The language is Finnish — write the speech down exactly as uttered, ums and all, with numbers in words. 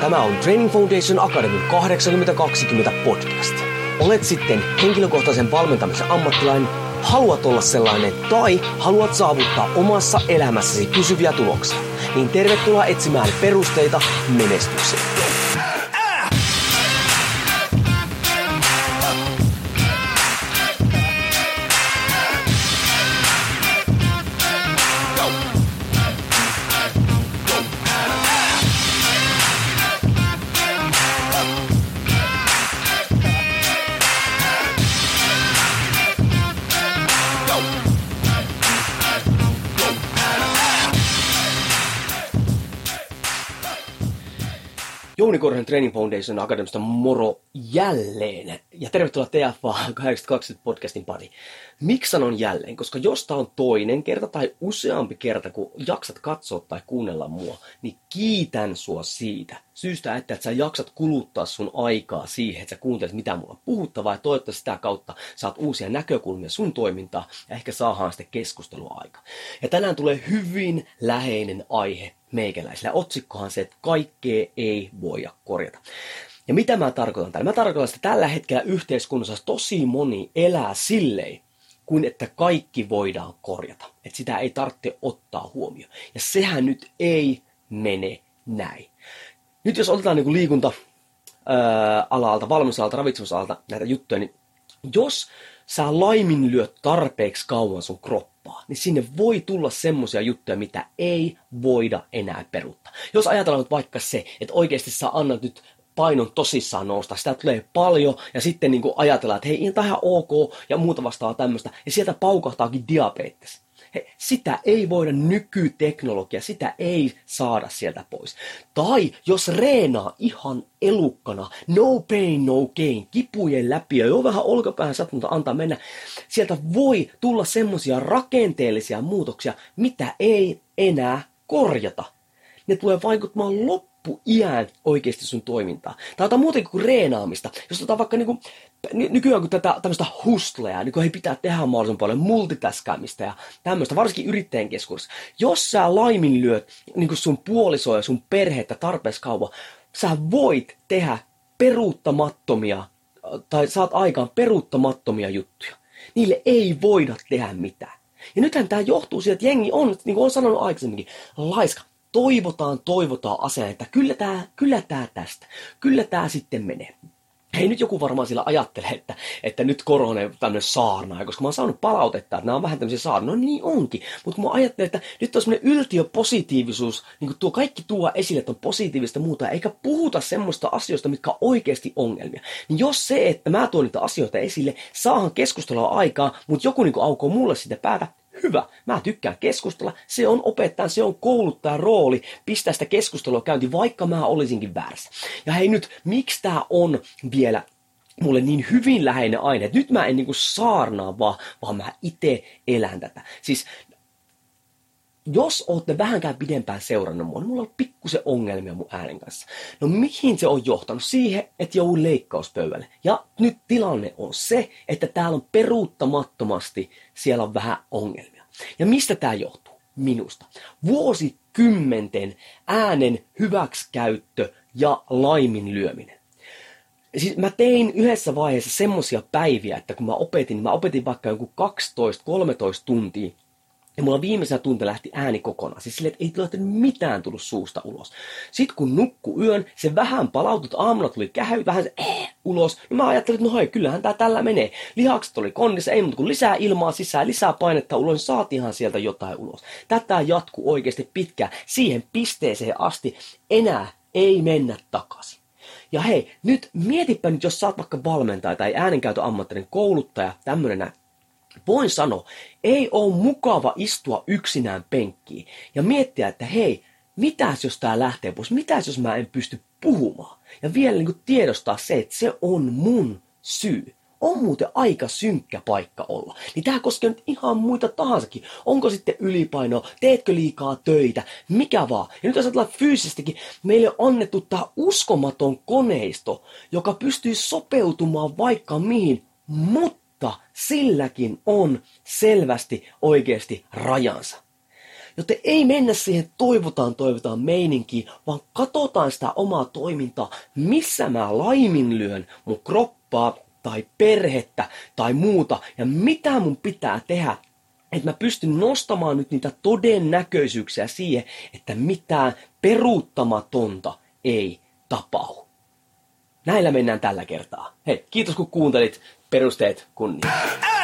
Tämä on Training Foundation Academy kahdeksankymmentä kaksikymmentä podcast. Olet sitten henkilökohtaisen valmentamisen ammattilainen, haluat olla sellainen tai haluat saavuttaa omassa elämässäsi pysyviä tuloksia, niin tervetuloa etsimään perusteita menestykseen. Jouni Korhonen Training Foundation Academista moro jälleen ja tervetuloa T F A kahdeksankymmentä podcastin pariin. Miksi sanon jälleen? Koska jos tää on toinen kerta tai useampi kerta, kun jaksat katsoa tai kuunnella mua, niin kiitän sua siitä. Syystä, että, että sä jaksat kuluttaa sun aikaa siihen, että sä kuuntelet mitä mulla on puhuttavaa ja toivottavasti sitä kautta saat uusia näkökulmia sun toimintaa ja ehkä saadaan sitten keskustelua aikaa. Ja tänään tulee hyvin läheinen aihe meikäläisillä. Otsikkohan se, että kaikkea ei voida korjata. Ja mitä mä tarkoitan tällä? Mä tarkoitan, että tällä hetkellä yhteiskunnassa tosi moni elää silleen, kuin että kaikki voidaan korjata. Että sitä ei tarvitse ottaa huomioon. Ja sehän nyt ei mene näin. Nyt jos otetaan niin kuin liikunta-alalta, valmennusalalta, ravitsemusalalta näitä juttuja, niin jos sä laiminlyöt tarpeeksi kauan sun kroppaa, niin sinne voi tulla semmoisia juttuja, mitä ei voida enää peruuttaa. Jos ajatellaan nyt vaikka se, että oikeasti sä annat nyt painon tosissaan nousta, sitä tulee paljon ja sitten niin kuin ajatellaan, että hei, tämä on ihan ok ja muuta vastaa tämmöistä ja sieltä paukahtaakin diabetes. He, sitä ei voida nykyteknologia, sitä ei saada sieltä pois. Tai jos reenaa ihan elukkana, no pain, no gain, kipujen läpi ja jo vähän olkapäähän sattunut antaa mennä, sieltä voi tulla semmoisia rakenteellisia muutoksia, mitä ei enää korjata. Ne tulee vaikuttamaan loppuiän oikeasti sun toimintaan. Tai otetaan muutenkin kuin reenaamista. Jos otetaan vaikka niinku, nykyään kun tätä tämmöistä hustleja, niin kun ei pitää tehdä mahdollisimman paljon multitaskaamista ja tämmöistä, varsinkin yrittäjän keskuudessa. Jos sä laiminlyöt niin sun puolisoa ja sun perhettä tarpeeksi kauan, sä voit tehdä peruuttamattomia, tai saat aikaan peruuttamattomia juttuja. Niille ei voida tehdä mitään. Ja nythän tää johtuu siitä, että jengi on, niin kuin on sanonut aikaisemminkin, laiska. Toivotaan, toivotaan asiaan, että kyllä tää, kyllä tää tästä, kyllä tää sitten menee. Hei, nyt joku varmaan sillä ajattelee, että, että nyt korona on tämmöinen saarnaaja, koska mä oon saanut palautetta, että nämä on vähän tämmöisiä saarnoja. No niin onkin, mutta kun mä ajattelen, että nyt on semmoinen yltiöpositiivisuus, niin kuin tuo kaikki tuo esille, että on positiivista muuta, eikä puhuta semmoista asioista, mitkä on oikeasti ongelmia. Niin jos se, että mä tuon niitä asioita esille, saahan keskustelua aikaa, mutta joku niin kuin aukoo mulle sitä päätä, hyvä. Mä tykkään keskustella. Se on opettajan, se on kouluttajan rooli pistää sitä keskustelua käyntiin, vaikka mä olisinkin väärässä. Ja hei nyt, miksi tää on vielä mulle niin hyvin läheinen aine? Nyt mä en niinku saarnaa, vaan, vaan mä itse elän tätä. Siis jos ootte vähänkään pidempään seurannut mua, niin mulla on pikkusen ongelmia mun äänen kanssa. No mihin se on johtanut? Siihen, että joudun leikkauspöydälle. Ja nyt tilanne on se, että täällä on peruuttamattomasti, siellä on vähän ongelmia. Ja mistä tää johtuu? Minusta. Vuosikymmenten äänen hyväksikäyttö ja laiminlyöminen. Siis mä tein yhdessä vaiheessa semmosia päiviä, että kun mä opetin, mä opetin vaikka joku kaksitoista kolmetoista tuntia, ja mulla viimeisenä tunti lähti ääni kokonaan. Siis silleen, että ei lähtenyt mitään tullut suusta ulos. Sitten kun nukku yön, se vähän palautut, aamulla tuli kähy, vähän se äh, ulos. Ja mä ajattelin, että no hei, kyllähän tää tällä menee. Lihakset oli konnissa, ei muuta kuin lisää ilmaa sisään, lisää painetta ulos, niin saatiinhan sieltä jotain ulos. Tätä jatkuu oikeasti pitkään. Siihen pisteeseen asti enää ei mennä takaisin. Ja hei, nyt mietipä nyt, jos sä oot vaikka valmentaja tai äänenkäytön ammattilainen kouluttaja, tämmönen näin. Voin sanoa, ei ole mukava istua yksinään penkkiin ja miettiä, että hei, mitäs jos tää lähtee pois, mitäs jos mä en pysty puhumaan. Ja vielä niin kuin tiedostaa se, että se on mun syy. On muuten aika synkkä paikka olla. Niin tää koskee nyt ihan muita tahansakin. Onko sitten ylipainoa, teetkö liikaa töitä, mikä vaan. Ja nyt jos ajatellaan fyysisestikin, meille on annettu tää uskomaton koneisto, joka pystyy sopeutumaan vaikka mihin, mutta silläkin on selvästi oikeasti rajansa. Joten ei mennä siihen toivotaan, toivotaan meininkiin, vaan katsotaan sitä omaa toimintaa, missä mä laiminlyön mun kroppaa tai perhettä tai muuta, ja mitä mun pitää tehdä, että mä pystyn nostamaan nyt niitä todennäköisyyksiä siihen, että mitään peruuttamatonta ei tapahdu. Näillä mennään tällä kertaa. Hei, kiitos kun kuuntelit. Perusteet kunniaan.